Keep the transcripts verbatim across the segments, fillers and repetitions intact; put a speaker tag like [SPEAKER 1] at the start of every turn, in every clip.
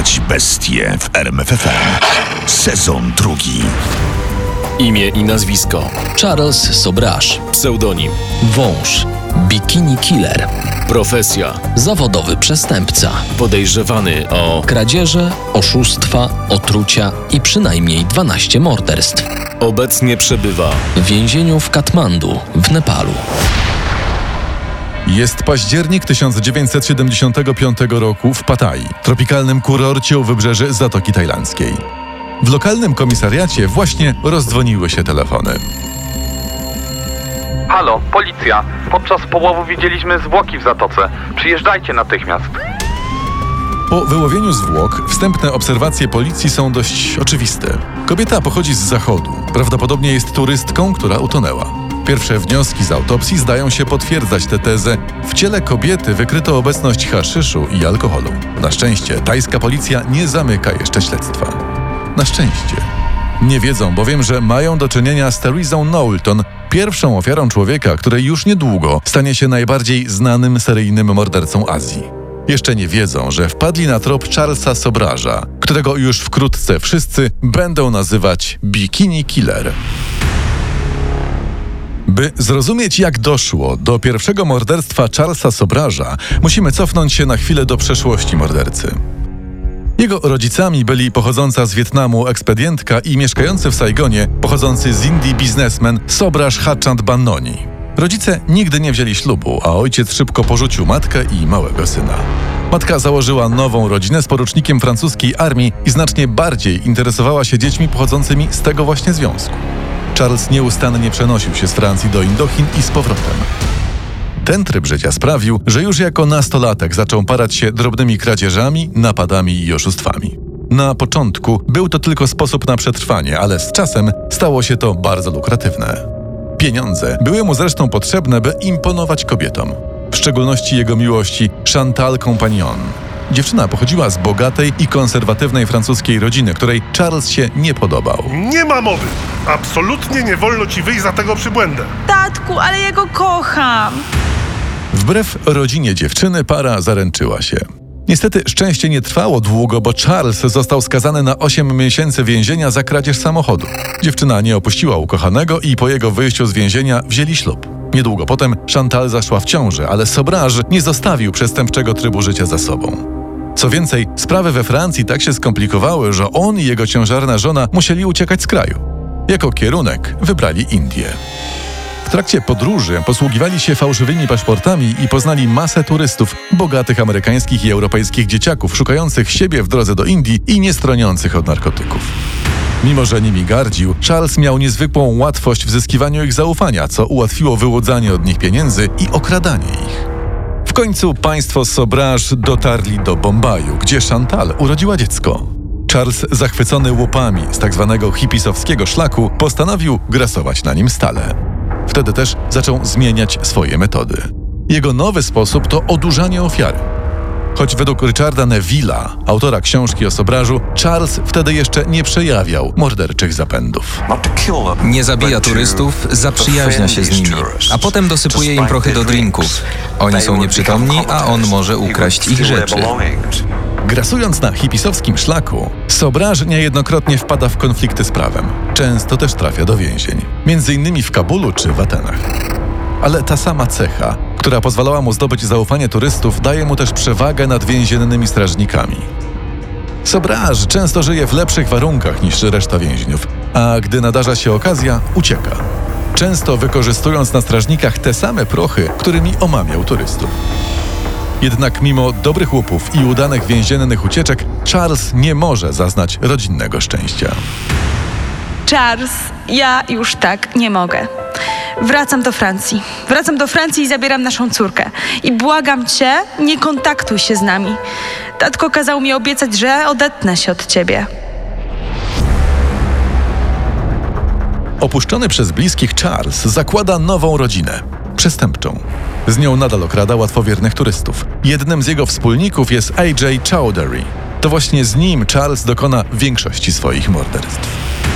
[SPEAKER 1] Poznać bestie w R M F F M. Sezon drugi.
[SPEAKER 2] Imię i nazwisko:
[SPEAKER 3] Charles Sobrage.
[SPEAKER 2] pseudonim:
[SPEAKER 3] Wąż. Bikini Killer.
[SPEAKER 2] profesja:
[SPEAKER 3] Zawodowy przestępca.
[SPEAKER 2] podejrzewany o
[SPEAKER 3] Kradzieże, oszustwa, otrucia i przynajmniej dwanaście morderstw.
[SPEAKER 2] obecnie przebywa
[SPEAKER 3] W więzieniu w Katmandu w Nepalu.
[SPEAKER 4] Jest październik tysiąc dziewięćset siedemdziesiątego piątego roku w Pattayy, tropikalnym kurorcie u wybrzeży Zatoki Tajlandzkiej. W lokalnym komisariacie właśnie rozdzwoniły się telefony.
[SPEAKER 5] Halo, policja. Podczas połowu widzieliśmy zwłoki w zatoce. Przyjeżdżajcie natychmiast.
[SPEAKER 4] Po wyłowieniu zwłok wstępne obserwacje policji są dość oczywiste. Kobieta pochodzi z zachodu. Prawdopodobnie jest turystką, która utonęła. Pierwsze wnioski z autopsji zdają się potwierdzać tę tezę. W ciele kobiety wykryto obecność haszyszu i alkoholu. Na szczęście tajska policja nie zamyka jeszcze śledztwa. Na szczęście. Nie wiedzą bowiem, że mają do czynienia z Teresą Knowlton, pierwszą ofiarą człowieka, który już niedługo stanie się najbardziej znanym seryjnym mordercą Azji. Jeszcze nie wiedzą, że wpadli na trop Charlesa Sobrage'a, którego już wkrótce wszyscy będą nazywać Bikini Killer. By zrozumieć, jak doszło do pierwszego morderstwa Charlesa Sobrage'a, musimy cofnąć się na chwilę do przeszłości mordercy. Jego rodzicami byli pochodząca z Wietnamu ekspedientka i mieszkający w Saigonie, pochodzący z Indii biznesmen Sobrage Hachand Bannoni. Rodzice nigdy nie wzięli ślubu, a ojciec szybko porzucił matkę i małego syna. Matka założyła nową rodzinę z porucznikiem francuskiej armii i znacznie bardziej interesowała się dziećmi pochodzącymi z tego właśnie związku. Charles nieustannie przenosił się z Francji do Indochin i z powrotem. Ten tryb życia sprawił, że już jako nastolatek zaczął parać się drobnymi kradzieżami, napadami i oszustwami. Na początku był to tylko sposób na przetrwanie, ale z czasem stało się to bardzo lukratywne. Pieniądze były mu zresztą potrzebne, by imponować kobietom. W szczególności jego miłości Chantal Compagnon. Dziewczyna pochodziła z bogatej i konserwatywnej francuskiej rodziny, której Charles się nie podobał.
[SPEAKER 6] Nie ma mowy! Absolutnie nie wolno ci wyjść za tego przybłędę.
[SPEAKER 7] Tatku, ale ja go kocham.
[SPEAKER 4] Wbrew rodzinie dziewczyny para zaręczyła się. Niestety szczęście nie trwało długo, bo Charles został skazany na osiem miesięcy więzienia za kradzież samochodu. Dziewczyna nie opuściła ukochanego i po jego wyjściu z więzienia wzięli ślub. Niedługo potem Chantal zaszła w ciążę, ale Sobrage nie zostawił przestępczego trybu życia za sobą. Co więcej, sprawy we Francji tak się skomplikowały, że on i jego ciężarna żona musieli uciekać z kraju. Jako kierunek wybrali Indię. W trakcie podróży posługiwali się fałszywymi paszportami i poznali masę turystów, bogatych amerykańskich i europejskich dzieciaków szukających siebie w drodze do Indii i nie stroniących od narkotyków. Mimo że nimi gardził, Charles miał niezwykłą łatwość w zyskiwaniu ich zaufania, co ułatwiło wyłudzanie od nich pieniędzy i okradanie ich. W końcu państwo Sobrage dotarli do Bombaju, gdzie Chantal urodziła dziecko. Charles, zachwycony łupami z tak zwanego hipisowskiego szlaku, postanowił grasować na nim stale. Wtedy też zaczął zmieniać swoje metody. Jego nowy sposób to odurzanie ofiary. Choć według Richarda Neville'a, autora książki o Sobrage'u, Charles wtedy jeszcze nie przejawiał morderczych zapędów.
[SPEAKER 8] Nie zabija turystów, zaprzyjaźnia się z nimi, a potem dosypuje im prochy do drinków. Oni są nieprzytomni, a on może ukraść ich rzeczy.
[SPEAKER 4] Grasując na hipisowskim szlaku, Sobrage niejednokrotnie wpada w konflikty z prawem. Często też trafia do więzień, między innymi w Kabulu czy w Atenach. Ale ta sama cecha, która pozwalała mu zdobyć zaufanie turystów, daje mu też przewagę nad więziennymi strażnikami. Sobrage często żyje w lepszych warunkach niż reszta więźniów, a gdy nadarza się okazja, ucieka. Często wykorzystując na strażnikach te same prochy, którymi omamiał turystów. Jednak mimo dobrych łupów i udanych więziennych ucieczek, Charles nie może zaznać rodzinnego szczęścia.
[SPEAKER 7] Charles, ja już tak nie mogę. Wracam do Francji. Wracam do Francji i zabieram naszą córkę. I błagam cię, nie kontaktuj się z nami. Tatko kazał mi obiecać, że odetnę się od ciebie.
[SPEAKER 4] Opuszczony przez bliskich Charles zakłada nową rodzinę. Przestępczą. Z nią nadal okrada łatwowiernych turystów. Jednym z jego wspólników jest A J Chowdhury. To właśnie z nim Charles dokona większości swoich morderstw.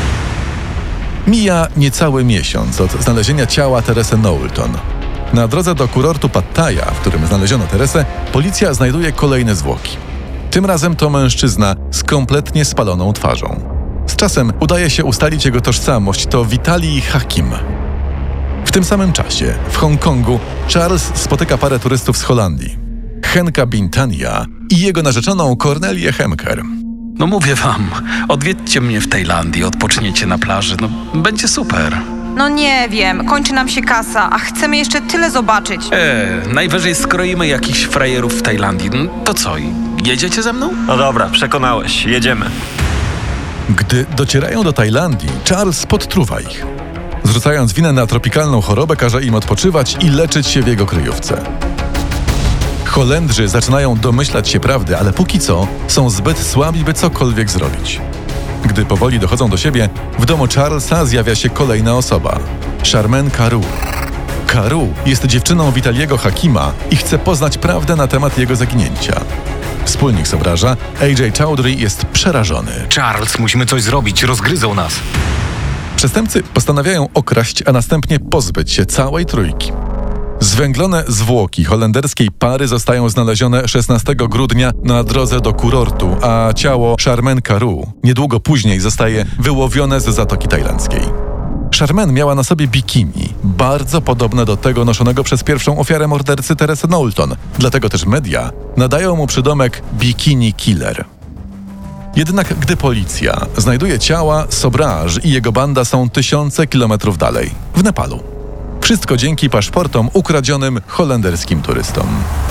[SPEAKER 4] Mija niecały miesiąc od znalezienia ciała Teresy Knowlton. Na drodze do kurortu Pattaya, w którym znaleziono Teresę, policja znajduje kolejne zwłoki. Tym razem to mężczyzna z kompletnie spaloną twarzą. Z czasem udaje się ustalić jego tożsamość, to Witalij Hakim. W tym samym czasie w Hongkongu Charles spotyka parę turystów z Holandii. Henka Bintania i jego narzeczoną Cornelię Hemker.
[SPEAKER 9] No mówię wam, odwiedźcie mnie w Tajlandii, odpoczniecie na plaży, no będzie super.
[SPEAKER 10] No nie wiem, kończy nam się kasa, a chcemy jeszcze tyle zobaczyć.
[SPEAKER 9] Eee, najwyżej skroimy jakichś frajerów w Tajlandii. No to co, jedziecie ze mną?
[SPEAKER 11] No dobra, przekonałeś, jedziemy.
[SPEAKER 4] Gdy docierają do Tajlandii, Charles podtruwa ich. Zrzucając winę na tropikalną chorobę, każe im odpoczywać i leczyć się w jego kryjówce. Holendrzy zaczynają domyślać się prawdy, ale póki co są zbyt słabi, by cokolwiek zrobić. Gdy powoli dochodzą do siebie, w domu Charlesa zjawia się kolejna osoba – Charmaine Carew. Carew jest dziewczyną Vitaliego Hakima i chce poznać prawdę na temat jego zaginięcia. Wspólnik Sobraża, A J Chowdhury, jest przerażony.
[SPEAKER 12] Charles, musimy coś zrobić, rozgryzą nas.
[SPEAKER 4] Przestępcy postanawiają okraść, a następnie pozbyć się całej trójki. Zwęglone zwłoki holenderskiej pary zostają znalezione szesnastego grudnia na drodze do kurortu, a ciało Charmaine Carew niedługo później zostaje wyłowione z Zatoki Tajlandzkiej. Charmaine miała na sobie bikini, bardzo podobne do tego noszonego przez pierwszą ofiarę mordercy Teresy Knowlton, dlatego też media nadają mu przydomek Bikini Killer. Jednak gdy policja znajduje ciała, Sobraż i jego banda są tysiące kilometrów dalej, w Nepalu. Wszystko dzięki paszportom ukradzionym holenderskim turystom.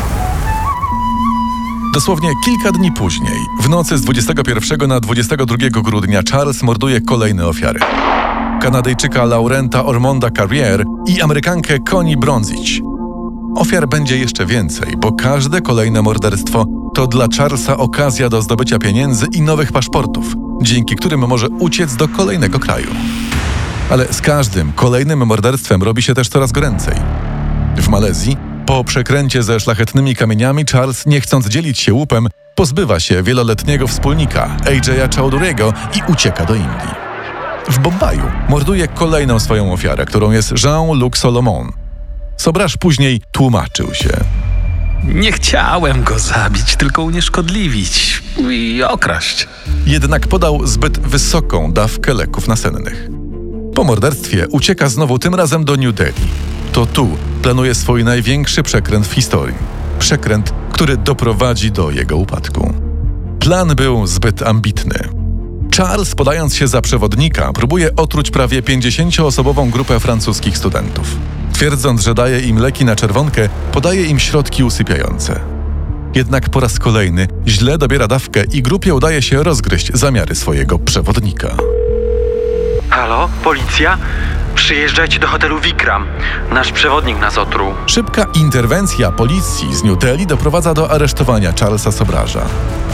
[SPEAKER 4] Dosłownie kilka dni później, w nocy z dwudziestego pierwszego na dwudziestego drugiego grudnia, Charles morduje kolejne ofiary. Kanadyjczyka Laurenta Ormonda Carrier i Amerykankę Connie Bronzich. Ofiar będzie jeszcze więcej, bo każde kolejne morderstwo to dla Charlesa okazja do zdobycia pieniędzy i nowych paszportów, dzięki którym może uciec do kolejnego kraju. Ale z każdym kolejnym morderstwem robi się też coraz goręcej. W Malezji, po przekręcie ze szlachetnymi kamieniami, Charles, nie chcąc dzielić się łupem, pozbywa się wieloletniego wspólnika, A J Chowdhury'ego, i ucieka do Indii. W Bombaju morduje kolejną swoją ofiarę, którą jest Jean-Luc Solomon. Sobraż później tłumaczył się.
[SPEAKER 9] Nie chciałem go zabić, tylko unieszkodliwić i okraść.
[SPEAKER 4] Jednak podał zbyt wysoką dawkę leków nasennych. Po morderstwie ucieka znowu, tym razem do New Delhi. To tu planuje swój największy przekręt w historii. Przekręt, który doprowadzi do jego upadku. Plan był zbyt ambitny. Charles, podając się za przewodnika, próbuje otruć prawie pięćdziesięcioosobową grupę francuskich studentów. Twierdząc, że daje im leki na czerwonkę, podaje im środki usypiające. Jednak po raz kolejny źle dobiera dawkę i grupie udaje się rozgryźć zamiary swojego przewodnika.
[SPEAKER 11] Halo, policja? Przyjeżdżajcie do hotelu Vikram. Nasz przewodnik nas otruł.
[SPEAKER 4] Szybka interwencja policji z New Delhi doprowadza do aresztowania Charlesa Sobraża.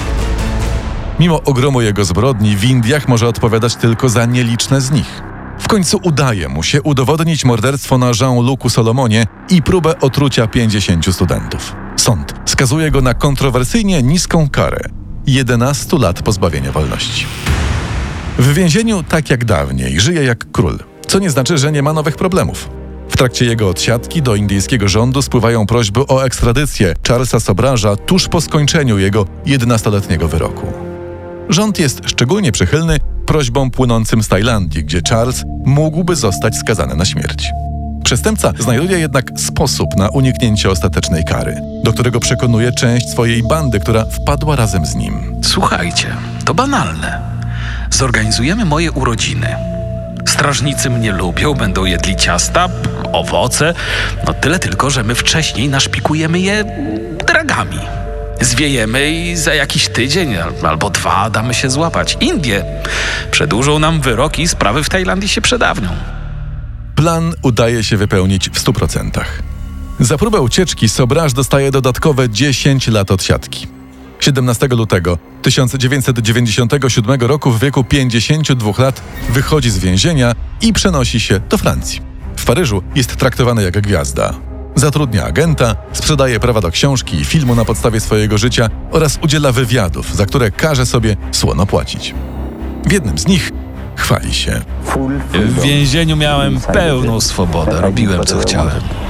[SPEAKER 4] Mimo ogromu jego zbrodni, w Indiach może odpowiadać tylko za nieliczne z nich. W końcu udaje mu się udowodnić morderstwo na Jean-Lucu Solomonie i próbę otrucia pięćdziesięciu studentów. Sąd skazuje go na kontrowersyjnie niską karę – jedenaście lat pozbawienia wolności. W więzieniu, tak jak dawniej, żyje jak król, co nie znaczy, że nie ma nowych problemów. W trakcie jego odsiadki do indyjskiego rządu spływają prośby o ekstradycję Charlesa Sobraża tuż po skończeniu jego jedenastoletniego wyroku. Rząd jest szczególnie przychylny prośbom płynącym z Tajlandii, gdzie Charles mógłby zostać skazany na śmierć. Przestępca znajduje jednak sposób na uniknięcie ostatecznej kary, do którego przekonuje część swojej bandy, która wpadła razem z nim.
[SPEAKER 9] Słuchajcie, to banalne. Zorganizujemy moje urodziny. Strażnicy mnie lubią, będą jedli ciasta, owoce. No tyle tylko, że my wcześniej naszpikujemy je dragami. Zwiejemy i za jakiś tydzień albo dwa damy się złapać. Indie przedłużą nam wyrok i sprawy w Tajlandii się przedawnią.
[SPEAKER 4] Plan udaje się wypełnić w stu procentach. Za próbę ucieczki Sobraż dostaje dodatkowe dziesięć lat odsiadki. siedemnastego lutego tysiąc dziewięćset dziewięćdziesiątego siódmego roku w wieku pięćdziesięciu dwóch lat wychodzi z więzienia i przenosi się do Francji. W Paryżu jest traktowany jak gwiazda. Zatrudnia agenta, sprzedaje prawa do książki i filmu na podstawie swojego życia oraz udziela wywiadów, za które każe sobie słono płacić. W jednym z nich chwali się.
[SPEAKER 9] W więzieniu miałem pełną swobodę, robiłem co chciałem.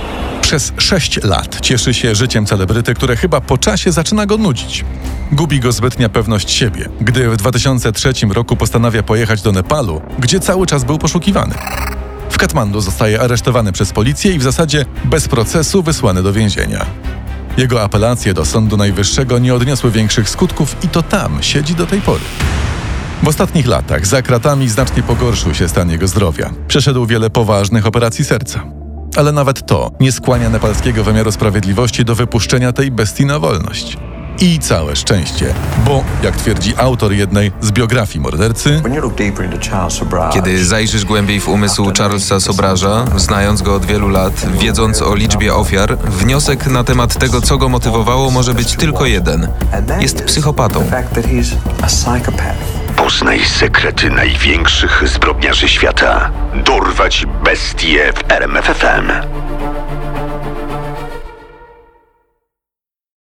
[SPEAKER 4] Przez sześć lat cieszy się życiem celebryty, które chyba po czasie zaczyna go nudzić. Gubi go zbytnia pewność siebie, gdy w dwa tysiące trzecim roku postanawia pojechać do Nepalu, gdzie cały czas był poszukiwany. W Katmandu zostaje aresztowany przez policję i w zasadzie bez procesu wysłany do więzienia. Jego apelacje do Sądu Najwyższego nie odniosły większych skutków i to tam siedzi do tej pory. W ostatnich latach za kratami znacznie pogorszył się stan jego zdrowia. Przeszedł wiele poważnych operacji serca. Ale nawet to nie skłania nepalskiego wymiaru sprawiedliwości do wypuszczenia tej bestii na wolność. I całe szczęście, bo, jak twierdzi autor jednej z biografii mordercy,
[SPEAKER 8] Kiedy zajrzysz głębiej w umysł Charlesa Sobraża, znając go od wielu lat, wiedząc o liczbie ofiar, wniosek na temat tego, co go motywowało, może być tylko jeden. Jest psychopatą.
[SPEAKER 1] Poznaj sekrety największych zbrodniarzy świata. Dorwać bestie w R M F F M.